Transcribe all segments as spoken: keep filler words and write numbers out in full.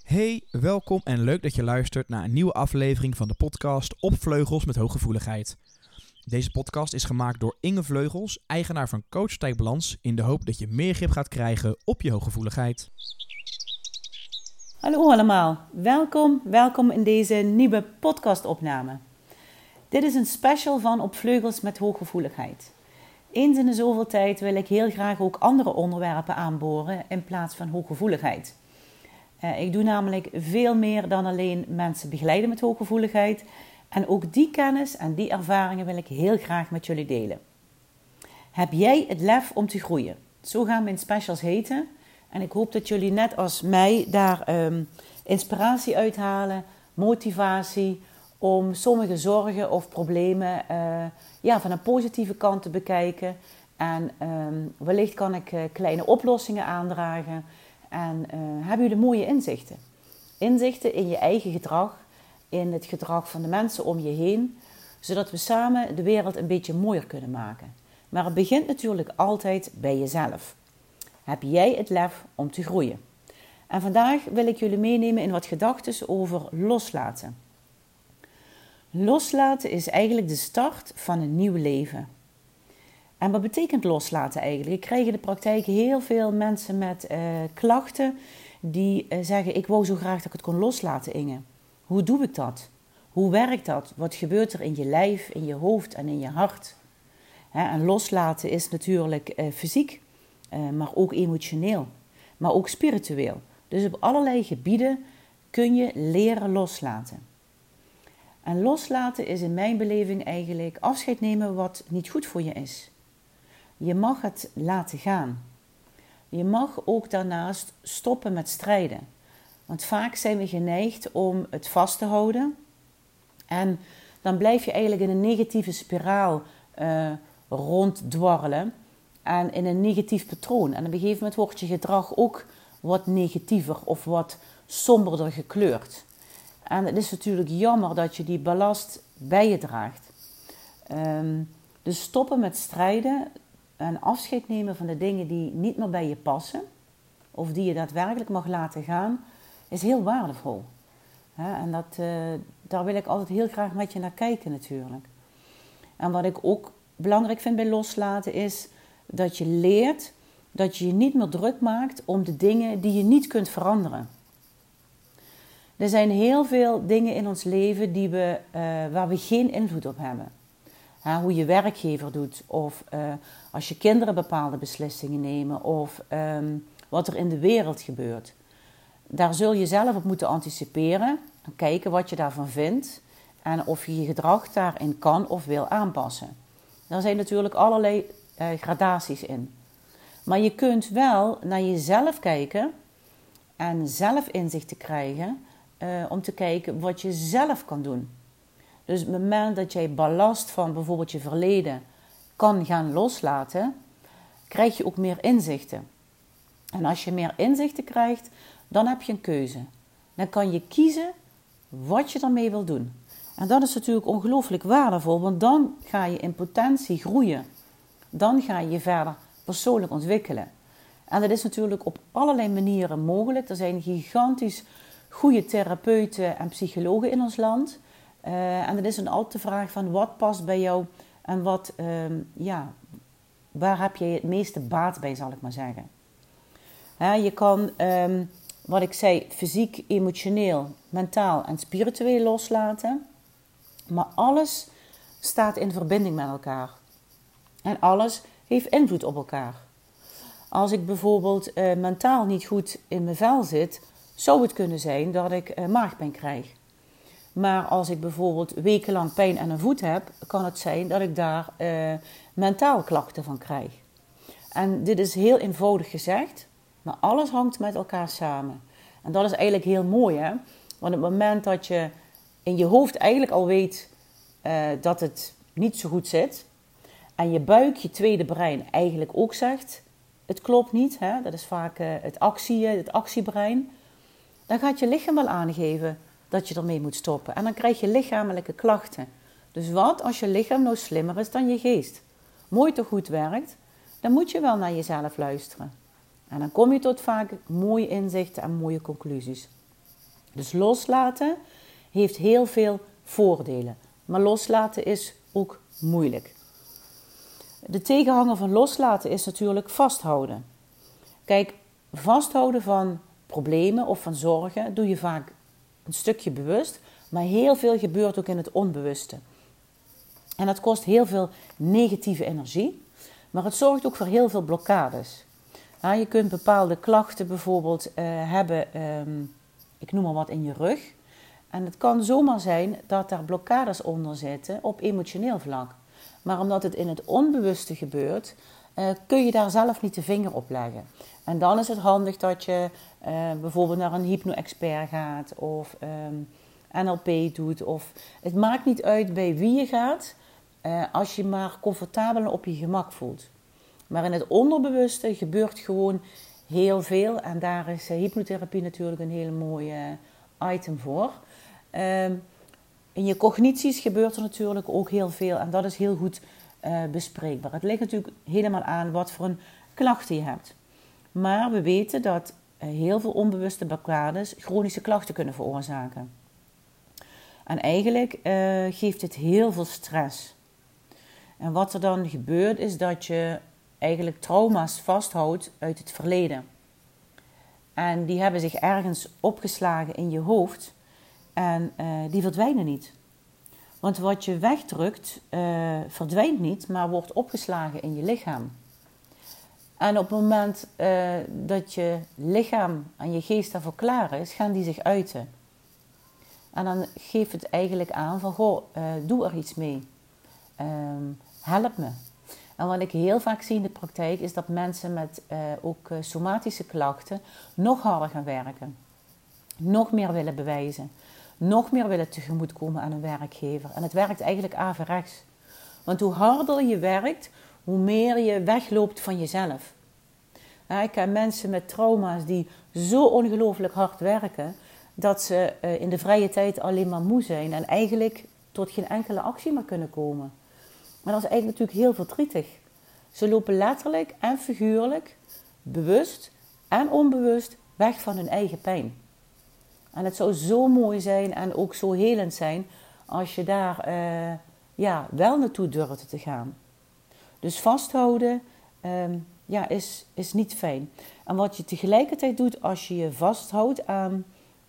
Hey, welkom en leuk dat je luistert naar een nieuwe aflevering van de podcast Op Vleugels met Hooggevoeligheid. Deze podcast is gemaakt door Inge Vleugels, eigenaar van Coach Stijgbalans, in de hoop dat je meer grip gaat krijgen op je hooggevoeligheid. Hallo allemaal, welkom, welkom in deze nieuwe podcastopname. Dit is een special van Op Vleugels met Hooggevoeligheid. Eens in de zoveel tijd wil ik heel graag ook andere onderwerpen aanboren in plaats van hooggevoeligheid. Uh, ik doe namelijk veel meer dan alleen mensen begeleiden met hooggevoeligheid. En ook die kennis en die ervaringen wil ik heel graag met jullie delen. Heb jij het lef om te groeien? Zo gaan mijn specials heten. En ik hoop dat jullie net als mij daar um, inspiratie uithalen, motivatie om sommige zorgen of problemen uh, ja, van een positieve kant te bekijken. En um, wellicht kan ik uh, kleine oplossingen aandragen. En uh, hebben jullie mooie inzichten. Inzichten in je eigen gedrag, in het gedrag van de mensen om je heen, zodat we samen de wereld een beetje mooier kunnen maken. Maar het begint natuurlijk altijd bij jezelf. Heb jij het lef om te groeien? En vandaag wil ik jullie meenemen in wat gedachten over loslaten. Loslaten is eigenlijk de start van een nieuw leven. En wat betekent loslaten eigenlijk? Ik krijg in de praktijk heel veel mensen met uh, klachten die uh, zeggen: ik wou zo graag dat ik het kon loslaten, Inge. Hoe doe ik dat? Hoe werkt dat? Wat gebeurt er in je lijf, in je hoofd en in je hart? Hè, en loslaten is natuurlijk uh, fysiek, uh, maar ook emotioneel, maar ook spiritueel. Dus op allerlei gebieden kun je leren loslaten. En loslaten is in mijn beleving eigenlijk afscheid nemen wat niet goed voor je is. Je mag het laten gaan. Je mag ook daarnaast stoppen met strijden. Want vaak zijn we geneigd om het vast te houden. En dan blijf je eigenlijk in een negatieve spiraal uh, ronddwarrelen. En in een negatief patroon. En op een gegeven moment wordt je gedrag ook wat negatiever of wat somberder gekleurd. En het is natuurlijk jammer dat je die ballast bij je draagt. Um, dus stoppen met strijden en afscheid nemen van de dingen die niet meer bij je passen, of die je daadwerkelijk mag laten gaan, is heel waardevol. He, en dat, uh, daar wil ik altijd heel graag met je naar kijken natuurlijk. En wat ik ook belangrijk vind bij loslaten is dat je leert dat je je niet meer druk maakt om de dingen die je niet kunt veranderen. Er zijn heel veel dingen in ons leven die we, uh, waar we geen invloed op hebben. Ha, hoe je werkgever doet, of uh, als je kinderen bepaalde beslissingen nemen, of um, wat er in de wereld gebeurt. Daar zul je zelf op moeten anticiperen en kijken wat je daarvan vindt en of je je gedrag daarin kan of wil aanpassen. Daar zijn natuurlijk allerlei uh, gradaties in. Maar je kunt wel naar jezelf kijken en zelf inzicht te krijgen uh, om te kijken wat je zelf kan doen. Dus op het moment dat jij ballast van bijvoorbeeld je verleden kan gaan loslaten, krijg je ook meer inzichten. En als je meer inzichten krijgt, dan heb je een keuze. Dan kan je kiezen wat je ermee wil doen. En dat is natuurlijk ongelooflijk waardevol, want dan ga je in potentie groeien. Dan ga je je verder persoonlijk ontwikkelen. En dat is natuurlijk op allerlei manieren mogelijk. Er zijn gigantisch goede therapeuten en psychologen in ons land. Uh, en dat is dan altijd de vraag van wat past bij jou en wat, um, ja, waar heb je het meeste baat bij, zal ik maar zeggen. Ja, je kan, um, wat ik zei, fysiek, emotioneel, mentaal en spiritueel loslaten. Maar alles staat in verbinding met elkaar. En alles heeft invloed op elkaar. Als ik bijvoorbeeld uh, mentaal niet goed in mijn vel zit, zou het kunnen zijn dat ik uh, maagpijn krijg. Maar als ik bijvoorbeeld wekenlang pijn aan een voet heb, kan het zijn dat ik daar uh, mentaal klachten van krijg. En dit is heel eenvoudig gezegd, maar alles hangt met elkaar samen. En dat is eigenlijk heel mooi, hè? Want op het moment dat je in je hoofd eigenlijk al weet uh, dat het niet zo goed zit, en je buik, je tweede brein, eigenlijk ook zegt, het klopt niet, hè? Dat is vaak uh, het, actie, het actiebrein, dan gaat je lichaam wel aangeven dat je ermee moet stoppen. En dan krijg je lichamelijke klachten. Dus wat als je lichaam nou slimmer is dan je geest? Mooi toch goed werkt, dan moet je wel naar jezelf luisteren. En dan kom je tot vaak mooie inzichten en mooie conclusies. Dus loslaten heeft heel veel voordelen. Maar loslaten is ook moeilijk. De tegenhanger van loslaten is natuurlijk vasthouden. Kijk, vasthouden van problemen of van zorgen doe je vaak een stukje bewust, maar heel veel gebeurt ook in het onbewuste. En dat kost heel veel negatieve energie, maar het zorgt ook voor heel veel blokkades. Ja, je kunt bepaalde klachten bijvoorbeeld uh, hebben, um, ik noem maar wat, in je rug. En het kan zomaar zijn dat daar blokkades onder zitten op emotioneel vlak. Maar omdat het in het onbewuste gebeurt, uh, kun je daar zelf niet de vinger op leggen. En dan is het handig dat je uh, bijvoorbeeld naar een hypno-expert gaat of um, N L P doet. Of, het maakt niet uit bij wie je gaat, uh, als je maar comfortabel en op je gemak voelt. Maar in het onderbewuste gebeurt gewoon heel veel. En daar is uh, hypnotherapie natuurlijk een hele mooie uh, item voor. Uh, in je cognities gebeurt er natuurlijk ook heel veel. En dat is heel goed uh, bespreekbaar. Het ligt natuurlijk helemaal aan wat voor een klachten je hebt. Maar we weten dat uh, heel veel onbewuste blokkades chronische klachten kunnen veroorzaken. En eigenlijk uh, geeft het heel veel stress. En wat er dan gebeurt is dat je eigenlijk trauma's vasthoudt uit het verleden. En die hebben zich ergens opgeslagen in je hoofd en uh, die verdwijnen niet. Want wat je wegdrukt uh, verdwijnt niet, maar wordt opgeslagen in je lichaam. En op het moment uh, dat je lichaam en je geest daarvoor klaar is, gaan die zich uiten. En dan geeft het eigenlijk aan van, goh, uh, doe er iets mee. Um, help me. En wat ik heel vaak zie in de praktijk is dat mensen met uh, ook uh, somatische klachten nog harder gaan werken. Nog meer willen bewijzen. Nog meer willen tegemoetkomen aan een werkgever. En het werkt eigenlijk averechts. Want hoe harder je werkt, hoe meer je wegloopt van jezelf. Ja, ik ken mensen met trauma's die zo ongelooflijk hard werken, dat ze uh, in de vrije tijd alleen maar moe zijn en eigenlijk tot geen enkele actie meer kunnen komen. Maar dat is eigenlijk natuurlijk heel verdrietig. Ze lopen letterlijk en figuurlijk, bewust en onbewust, weg van hun eigen pijn. En het zou zo mooi zijn en ook zo helend zijn als je daar uh, ja, wel naartoe durft te gaan. Dus vasthouden um, ja, is, is niet fijn. En wat je tegelijkertijd doet als je je vasthoudt aan,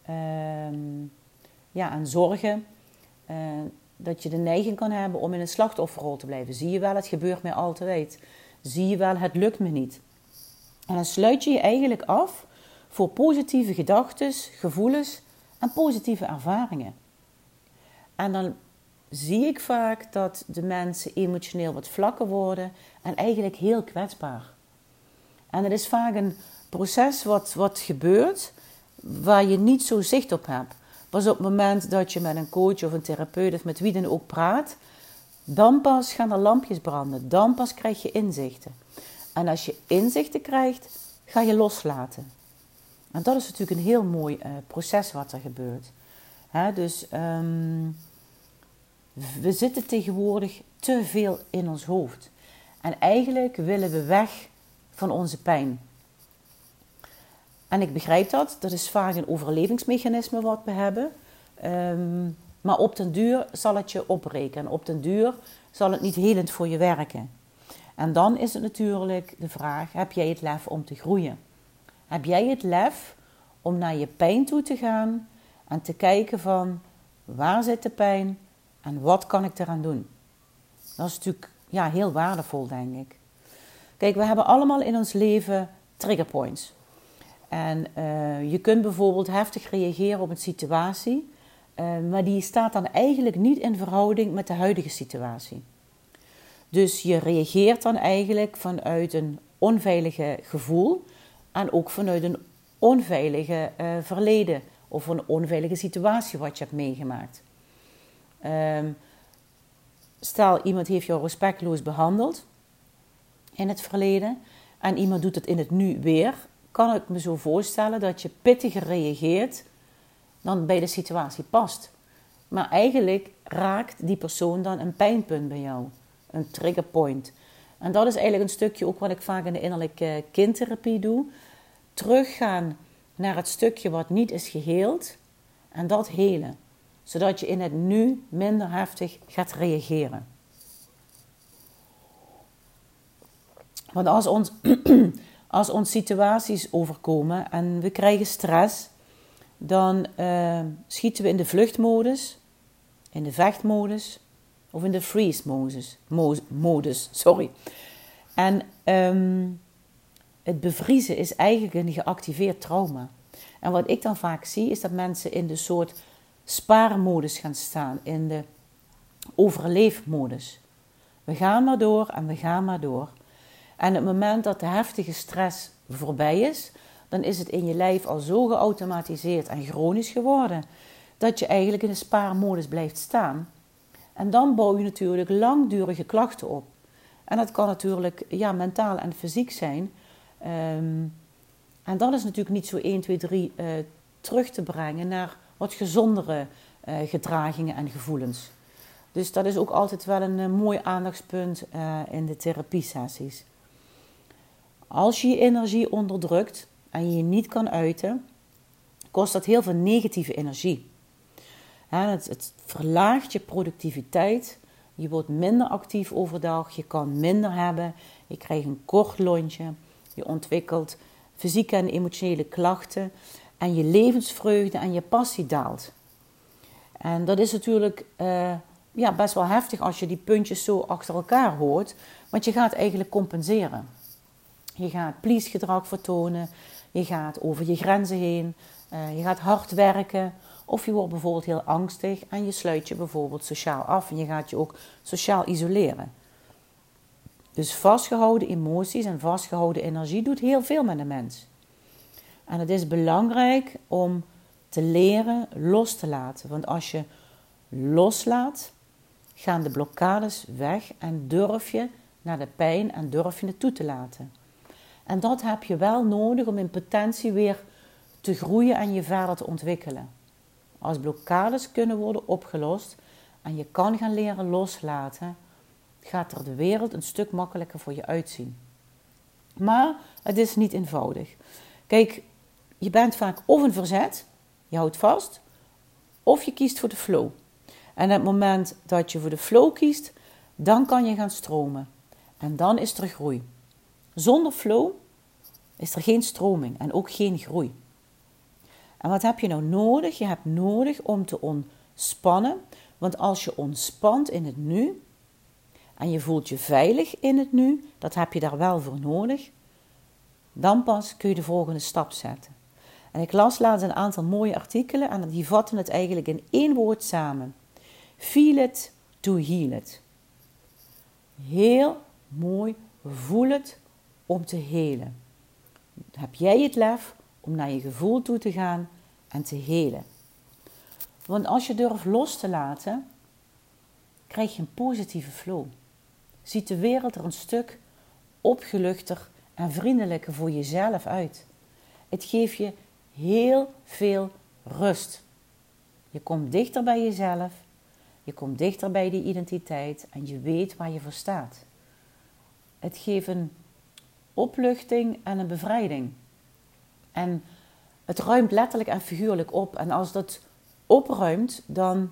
um, ja, aan zorgen, uh, dat je de neiging kan hebben om in een slachtofferrol te blijven. Zie je wel, het gebeurt mij altijd. Zie je wel, het lukt me niet. En dan sluit je je eigenlijk af voor positieve gedachten, gevoelens en positieve ervaringen. En dan zie ik vaak dat de mensen emotioneel wat vlakker worden en eigenlijk heel kwetsbaar. En het is vaak een proces wat, wat gebeurt waar je niet zo zicht op hebt. Pas op het moment dat je met een coach of een therapeut of met wie dan ook praat, dan pas gaan er lampjes branden. Dan pas krijg je inzichten. En als je inzichten krijgt, ga je loslaten. En dat is natuurlijk een heel mooi uh, proces wat er gebeurt. Hè, dus um, we zitten tegenwoordig te veel in ons hoofd. En eigenlijk willen we weg van onze pijn. En ik begrijp dat. Dat is vaak een overlevingsmechanisme wat we hebben. Um, maar op den duur zal het je opbreken. En op den duur zal het niet helend voor je werken. En dan is het natuurlijk de vraag, heb jij het lef om te groeien? Heb jij het lef om naar je pijn toe te gaan en te kijken van, waar zit de pijn en wat kan ik eraan doen? Dat is natuurlijk ja, heel waardevol, denk ik. Kijk, we hebben allemaal in ons leven triggerpoints. En uh, je kunt bijvoorbeeld heftig reageren op een situatie, uh, maar die staat dan eigenlijk niet in verhouding met de huidige situatie. Dus je reageert dan eigenlijk vanuit een onveilige gevoel en ook vanuit een onveilige uh, verleden of een onveilige situatie wat je hebt meegemaakt. Um, stel, iemand heeft jou respectloos behandeld in het verleden en iemand doet het in het nu weer, kan ik me zo voorstellen dat je pittiger reageert dan bij de situatie past. Maar eigenlijk raakt die persoon dan een pijnpunt bij jou, een triggerpoint. En dat is eigenlijk een stukje ook wat ik vaak in de innerlijke kindtherapie doe. Teruggaan naar het stukje wat niet is geheeld En dat helen. Zodat je in het nu minder heftig gaat reageren. Want als ons, als ons situaties overkomen en we krijgen stress, dan uh, schieten we in de vluchtmodus, in de vechtmodus of in de freeze-modus. Modus, sorry. En um, het bevriezen is eigenlijk een geactiveerd trauma. En wat ik dan vaak zie, is dat mensen in de soort spaarmodus gaan staan, in de overleefmodus. We gaan maar door en we gaan maar door. En op het moment dat de heftige stress voorbij is, dan is het in je lijf al zo geautomatiseerd en chronisch geworden, dat je eigenlijk in de spaarmodus blijft staan. En dan bouw je natuurlijk langdurige klachten op. En dat kan natuurlijk ja, mentaal en fysiek zijn. Um, en dat is natuurlijk niet zo één, twee, drie uh, terug te brengen naar wat gezondere uh, gedragingen en gevoelens. Dus dat is ook altijd wel een uh, mooi aandachtspunt uh, in de therapiesessies. Als je je energie onderdrukt en je je niet kan uiten, kost dat heel veel negatieve energie. Ja, het, het verlaagt je productiviteit, je wordt minder actief overdag, je kan minder hebben, je krijgt een kort lontje, je ontwikkelt fysieke en emotionele klachten en je levensvreugde en je passie daalt. En dat is natuurlijk uh, ja, best wel heftig als je die puntjes zo achter elkaar hoort, want je gaat eigenlijk compenseren. Je gaat please-gedrag vertonen, je gaat over je grenzen heen, uh, je gaat hard werken of je wordt bijvoorbeeld heel angstig en je sluit je bijvoorbeeld sociaal af en je gaat je ook sociaal isoleren. Dus vastgehouden emoties en vastgehouden energie doet heel veel met een mens. En het is belangrijk om te leren los te laten. Want als je loslaat, gaan de blokkades weg en durf je naar de pijn en durf je het toe te laten. En dat heb je wel nodig om in potentie weer te groeien en je verder te ontwikkelen. Als blokkades kunnen worden opgelost en je kan gaan leren loslaten, gaat er de wereld een stuk makkelijker voor je uitzien. Maar het is niet eenvoudig. Kijk, je bent vaak of een verzet, je houdt vast, of je kiest voor de flow. En op het moment dat je voor de flow kiest, dan kan je gaan stromen. En dan is er groei. Zonder flow is er geen stroming en ook geen groei. En wat heb je nou nodig? Je hebt nodig om te ontspannen. Want als je ontspant in het nu en je voelt je veilig in het nu, dat heb je daar wel voor nodig, dan pas kun je de volgende stap zetten. En ik las laatst een aantal mooie artikelen en die vatten het eigenlijk in één woord samen. Feel it to heal it. Heel mooi, voel het om te helen. Heb jij het lef om naar je gevoel toe te gaan en te helen. Want als je durft los te laten, krijg je een positieve flow. Ziet de wereld er een stuk opgeluchter en vriendelijker voor jezelf uit. Het geeft je heel veel rust. Je komt dichter bij jezelf, je komt dichter bij die identiteit en je weet waar je voor staat. Het geeft een opluchting en een bevrijding. En het ruimt letterlijk en figuurlijk op. En als dat opruimt, dan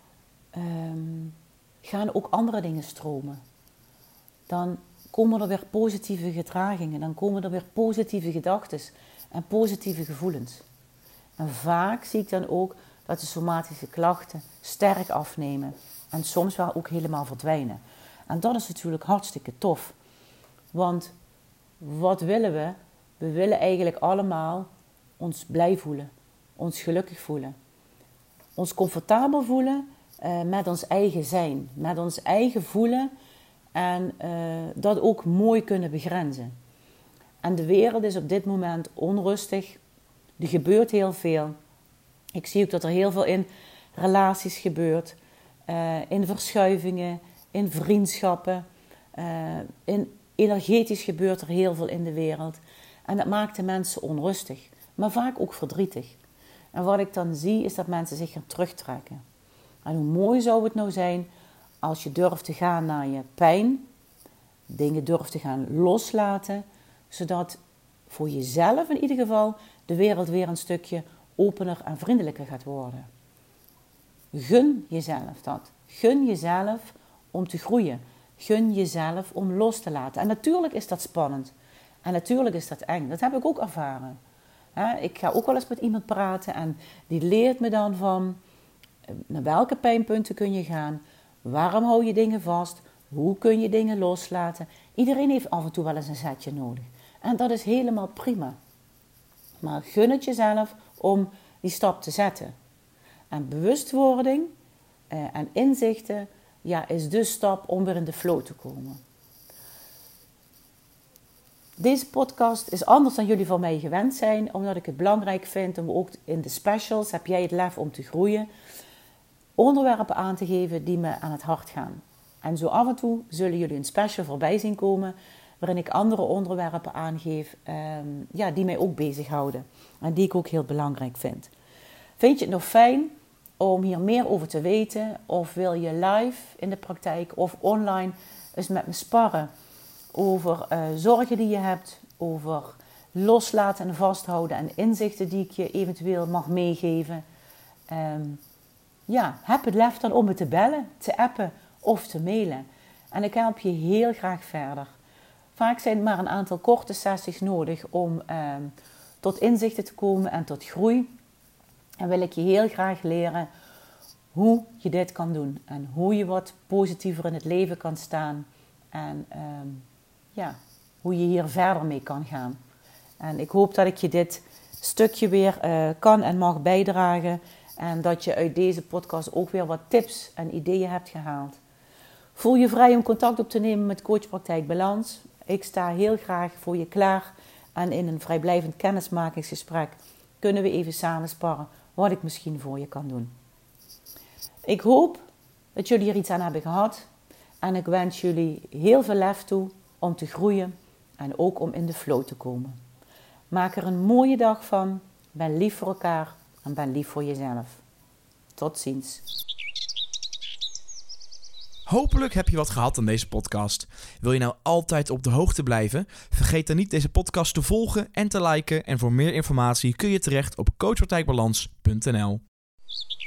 um, gaan ook andere dingen stromen. Dan komen er weer positieve gedragingen, dan komen er weer positieve gedachten en positieve gevoelens. En vaak zie ik dan ook dat de somatische klachten sterk afnemen en soms wel ook helemaal verdwijnen. En dat is natuurlijk hartstikke tof. Want wat willen we? We willen eigenlijk allemaal ons blij voelen, ons gelukkig voelen. Ons comfortabel voelen uh, met ons eigen zijn, met ons eigen voelen en uh, dat ook mooi kunnen begrenzen. En de wereld is op dit moment onrustig, er gebeurt heel veel. Ik zie ook dat er heel veel in relaties gebeurt, uh, in verschuivingen, in vriendschappen, uh, in energetisch gebeurt er heel veel in de wereld. En dat maakt de mensen onrustig, maar vaak ook verdrietig. En wat ik dan zie is dat mensen zich gaan terugtrekken. En hoe mooi zou het nou zijn als je durft te gaan naar je pijn, dingen durft te gaan loslaten, zodat voor jezelf in ieder geval de wereld weer een stukje opener en vriendelijker gaat worden. Gun jezelf dat. Gun jezelf om te groeien. Gun jezelf om los te laten. En natuurlijk is dat spannend. En natuurlijk is dat eng. Dat heb ik ook ervaren. Ik ga ook wel eens met iemand praten en die leert me dan van naar welke pijnpunten kun je gaan. Waarom hou je dingen vast? Hoe kun je dingen loslaten? Iedereen heeft af en toe wel eens een zetje nodig. En dat is helemaal prima. Maar gun het jezelf om die stap te zetten. En bewustwording eh, en inzichten ja, is de stap om weer in de flow te komen. Deze podcast is anders dan jullie van mij gewend zijn, omdat ik het belangrijk vind om ook in de specials, heb jij het lef om te groeien, onderwerpen aan te geven die me aan het hart gaan. En zo af en toe zullen jullie een special voorbij zien komen, waarin ik andere onderwerpen aangeef um, ja, die mij ook bezighouden. En die ik ook heel belangrijk vind. Vind je het nog fijn om hier meer over te weten? Of wil je live in de praktijk of online eens met me sparren over uh, zorgen die je hebt, over loslaten en vasthouden en inzichten die ik je eventueel mag meegeven? Um, ja, heb het lef dan om me te bellen, te appen of te mailen. En ik help je heel graag verder. Vaak zijn maar een aantal korte sessies nodig om uh, tot inzichten te komen en tot groei. En wil ik je heel graag leren hoe je dit kan doen. En hoe je wat positiever in het leven kan staan. En uh, ja, hoe je hier verder mee kan gaan. En ik hoop dat ik je dit stukje weer uh, kan en mag bijdragen. En dat je uit deze podcast ook weer wat tips en ideeën hebt gehaald. Voel je vrij om contact op te nemen met Coachpraktijk Balans. Ik sta heel graag voor je klaar. En in een vrijblijvend kennismakingsgesprek kunnen we even samen sparren wat ik misschien voor je kan doen. Ik hoop dat jullie er iets aan hebben gehad. En ik wens jullie heel veel lef toe om te groeien en ook om in de flow te komen. Maak er een mooie dag van. Ben lief voor elkaar en ben lief voor jezelf. Tot ziens. Hopelijk heb je wat gehad aan deze podcast. Wil je nou altijd op de hoogte blijven? Vergeet dan niet deze podcast te volgen en te liken. En voor meer informatie kun je terecht op coachpraktijkbalans punt n l.